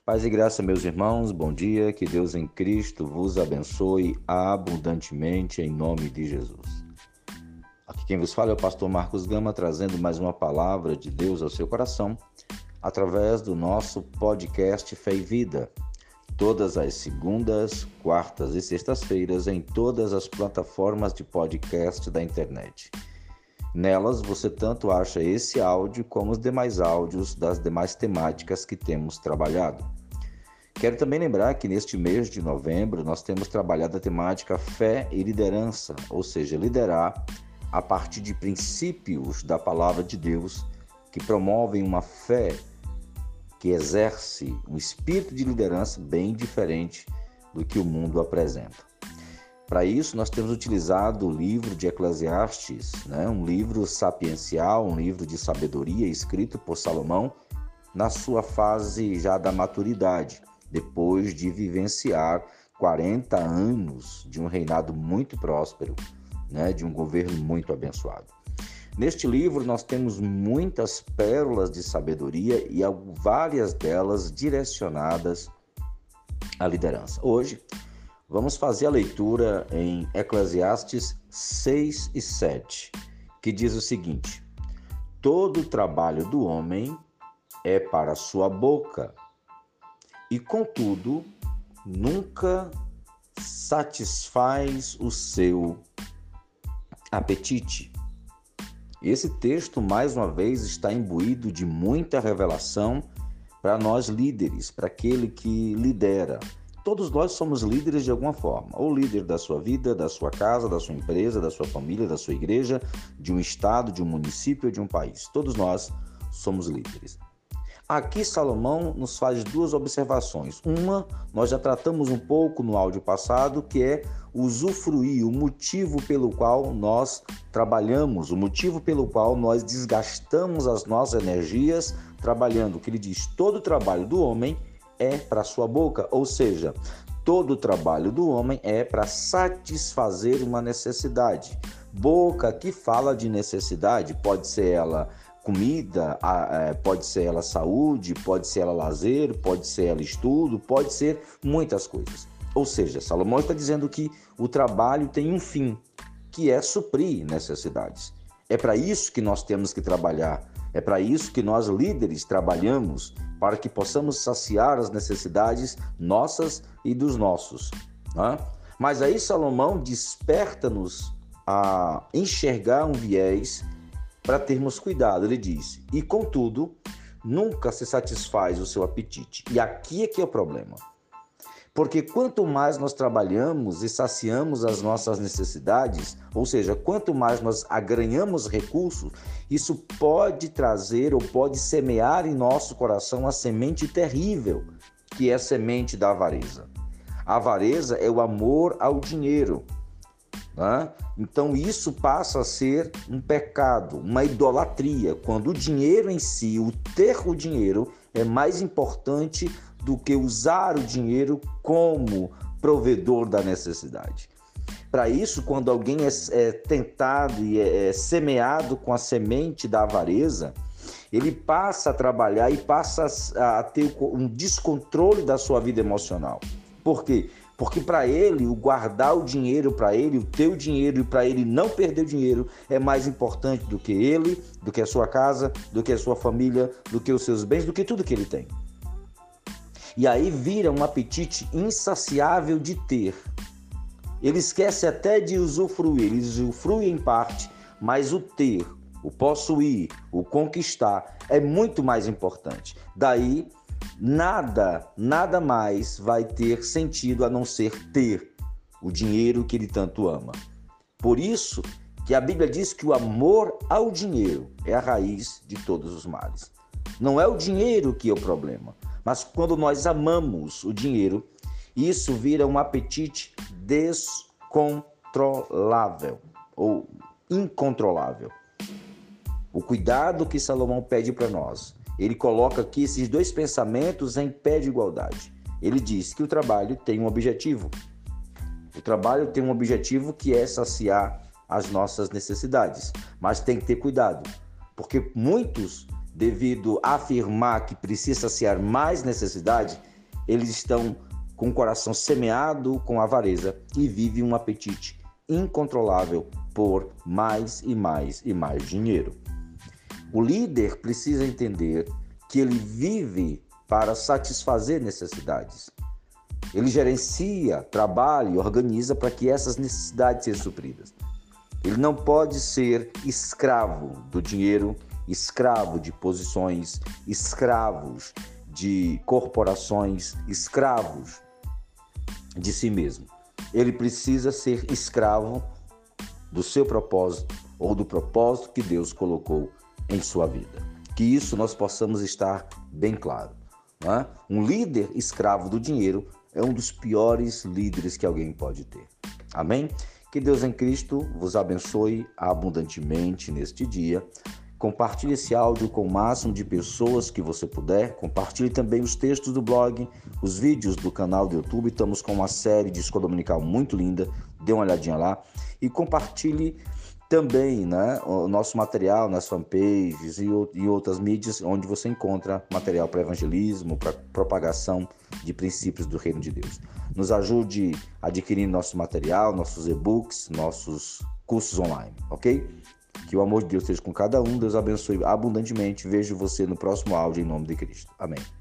Paz e graça, meus irmãos, bom dia, que Deus em Cristo vos abençoe abundantemente em nome de Jesus. Aqui quem vos fala é o pastor Marcos Gama, trazendo mais uma palavra de Deus ao seu coração, através do nosso podcast Fé e Vida, todas as segundas, quartas e sextas-feiras em todas as plataformas de podcast da internet. Nelas você tanto acha esse áudio como os demais áudios das demais temáticas que temos trabalhado. Quero também lembrar que neste mês de novembro nós temos trabalhado a temática fé e liderança, ou seja, liderar a partir de princípios da palavra de Deus que promovem uma fé que exerce um espírito de liderança bem diferente do que o mundo apresenta. Para isso, nós temos utilizado o livro de Eclesiastes, um livro sapiencial, um livro de sabedoria escrito por Salomão na sua fase já da maturidade, depois de vivenciar 40 anos de um reinado muito próspero, de um governo muito abençoado. Neste livro nós temos muitas pérolas de sabedoria e várias delas direcionadas à liderança. Hoje vamos fazer a leitura em Eclesiastes 6 e 7, que diz o seguinte: todo o trabalho do homem é para a sua boca, e contudo nunca satisfaz o seu apetite. Esse texto, mais uma vez, está imbuído de muita revelação para nós líderes, para aquele que lidera. Todos nós somos líderes de alguma forma, ou líder da sua vida, da sua casa, da sua empresa, da sua família, da sua igreja, de um estado, de um município ou de um país. Todos nós somos líderes. Aqui Salomão nos faz duas observações. Uma, nós já tratamos um pouco no áudio passado, que é usufruir, o motivo pelo qual nós trabalhamos, o motivo pelo qual nós desgastamos as nossas energias trabalhando. Que ele diz, todo trabalho do homem é para a sua boca, ou seja, todo trabalho do homem é para satisfazer uma necessidade. Boca que fala de necessidade, pode ser ela comida, pode ser ela saúde, pode ser ela lazer, pode ser ela estudo, pode ser muitas coisas. Ou seja, Salomão está dizendo que o trabalho tem um fim, que é suprir necessidades. É para isso que nós temos que trabalhar, é para isso que nós líderes trabalhamos, para que possamos saciar as necessidades nossas e dos nossos. Mas aí Salomão desperta-nos a enxergar um viés para termos cuidado. Ele diz, e contudo, nunca se satisfaz o seu apetite. E aqui é que é o problema. Porque quanto mais nós trabalhamos e saciamos as nossas necessidades, ou seja, quanto mais nós agranhamos recursos, isso pode trazer ou pode semear em nosso coração a semente terrível, que é a semente da avareza. A avareza é o amor ao dinheiro. Então isso passa a ser um pecado, uma idolatria, quando o dinheiro em si, o ter o dinheiro, é mais importante do que usar o dinheiro como provedor da necessidade. Para isso, quando alguém é tentado e é semeado com a semente da avareza, ele passa a trabalhar e passa a ter um descontrole da sua vida emocional. Por quê? Porque para ele, o guardar o dinheiro para ele, o ter o dinheiro e para ele não perder o dinheiro é mais importante do que ele, do que a sua casa, do que a sua família, do que os seus bens, do que tudo que ele tem. E aí vira um apetite insaciável de ter. Ele esquece até de usufruir, ele usufrui em parte, mas o ter, o possuir, o conquistar é muito mais importante. Daí nada mais vai ter sentido a não ser ter o dinheiro que ele tanto ama. Por isso que a Bíblia diz que o amor ao dinheiro é a raiz de todos os males. Não é o dinheiro que é o problema, mas quando nós amamos o dinheiro, isso vira um apetite descontrolável ou incontrolável. O cuidado que Salomão pede para nós, ele coloca aqui esses dois pensamentos em pé de igualdade. Ele diz que o trabalho tem um objetivo. O trabalho tem um objetivo que é saciar as nossas necessidades, mas tem que ter cuidado, porque muitos, devido a afirmar que precisa saciar mais necessidade, eles estão com o coração semeado com avareza e vivem um apetite incontrolável por mais e mais e mais dinheiro. O líder precisa entender que ele vive para satisfazer necessidades. Ele gerencia, trabalha e organiza para que essas necessidades sejam supridas. Ele não pode ser escravo do dinheiro, escravo de posições, escravos de corporações, escravos de si mesmo. Ele precisa ser escravo do seu propósito ou do propósito que Deus colocou em sua vida. Que isso nós possamos estar bem claro. Não é? Um líder escravo do dinheiro é um dos piores líderes que alguém pode ter. Amém? Que Deus em Cristo vos abençoe abundantemente neste dia. Compartilhe esse áudio com o máximo de pessoas que você puder. Compartilhe também os textos do blog, os vídeos do canal do YouTube. Estamos com uma série de escola dominical muito linda. Dê uma olhadinha lá. E compartilhe também, né, o nosso material nas fanpages e outras mídias onde você encontra material para evangelismo, para propagação de princípios do reino de Deus. Nos ajude adquirindo nosso material, nossos e-books, nossos cursos online, ok? Que o amor de Deus esteja com cada um. Deus abençoe abundantemente. Vejo você no próximo áudio em nome de Cristo. Amém.